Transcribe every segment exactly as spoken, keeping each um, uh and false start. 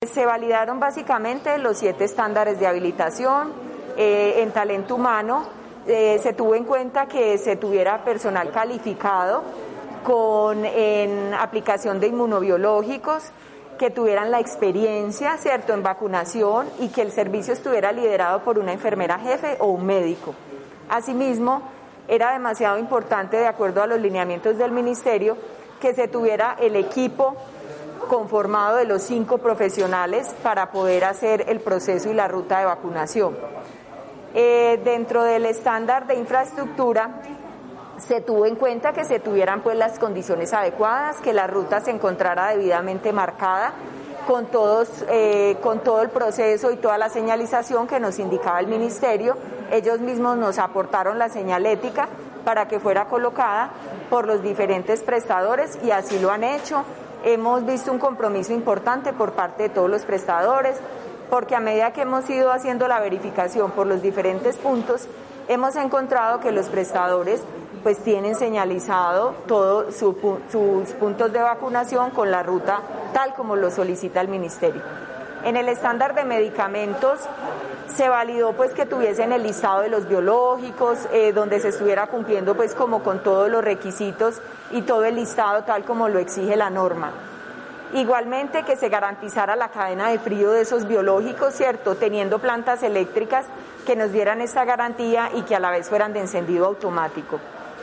Se validaron básicamente los siete estándares de habilitación. Eh, en talento humano eh, se tuvo en cuenta que se tuviera personal calificado con en aplicación de inmunobiológicos, que tuvieran la experiencia, ¿cierto?, en vacunación, y que el servicio estuviera liderado por una enfermera jefe o un médico. Asimismo, era demasiado importante, de acuerdo a los lineamientos del ministerio, que se tuviera el equipo conformado de los cinco profesionales para poder hacer el proceso y la ruta de vacunación. Eh, dentro del estándar de infraestructura se tuvo en cuenta que se tuvieran pues las condiciones adecuadas, que la ruta se encontrara debidamente marcada con todos, eh, con todo el proceso y toda la señalización que nos indicaba el ministerio. Ellos mismos nos aportaron la señalética para que fuera colocada por los diferentes prestadores y así lo han hecho. Hemos visto un compromiso importante por parte de todos los prestadores, porque a medida que hemos ido haciendo la verificación por los diferentes puntos, hemos encontrado que los prestadores pues tienen señalizado todos su, sus puntos de vacunación con la ruta tal como lo solicita el ministerio. En el estándar de medicamentos se validó pues que tuviesen el listado de los biológicos, eh, donde se estuviera cumpliendo pues como con todos los requisitos y todo el listado tal como lo exige la norma. Igualmente que se garantizara la cadena de frío de esos biológicos, ¿cierto?, teniendo plantas eléctricas que nos dieran esta garantía y que a la vez fueran de encendido automático.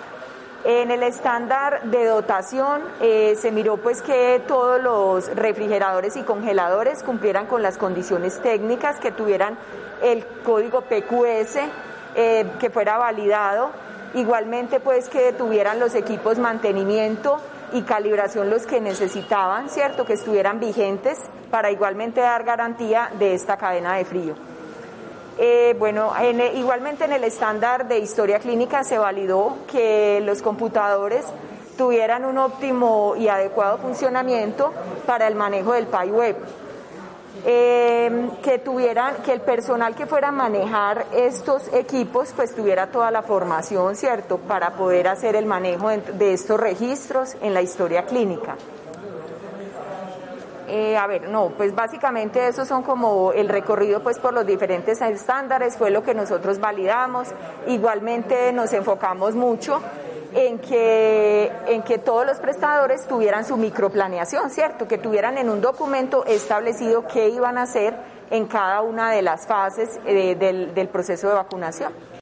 En el estándar de dotación eh, se miró pues que todos los refrigeradores y congeladores cumplieran con las condiciones técnicas, que tuvieran el código P Q S, eh, que fuera validado, igualmente pues que tuvieran los equipos mantenimiento y calibración los que necesitaban, ¿cierto?, que estuvieran vigentes para igualmente dar garantía de esta cadena de frío. Eh, bueno, en, igualmente en el estándar de historia clínica se validó que los computadores tuvieran un óptimo y adecuado funcionamiento para el manejo del P A I web, eh, que tuvieran, que el personal que fuera a manejar estos equipos pues tuviera toda la formación, ¿cierto?, para poder hacer el manejo de, de estos registros en la historia clínica. Eh, a ver, no, pues básicamente esos son como el recorrido pues por los diferentes estándares, fue lo que nosotros validamos. Igualmente nos enfocamos mucho en que, en que todos los prestadores tuvieran su microplaneación, ¿cierto?, que tuvieran en un documento establecido qué iban a hacer en cada una de las fases eh, del, del proceso de vacunación.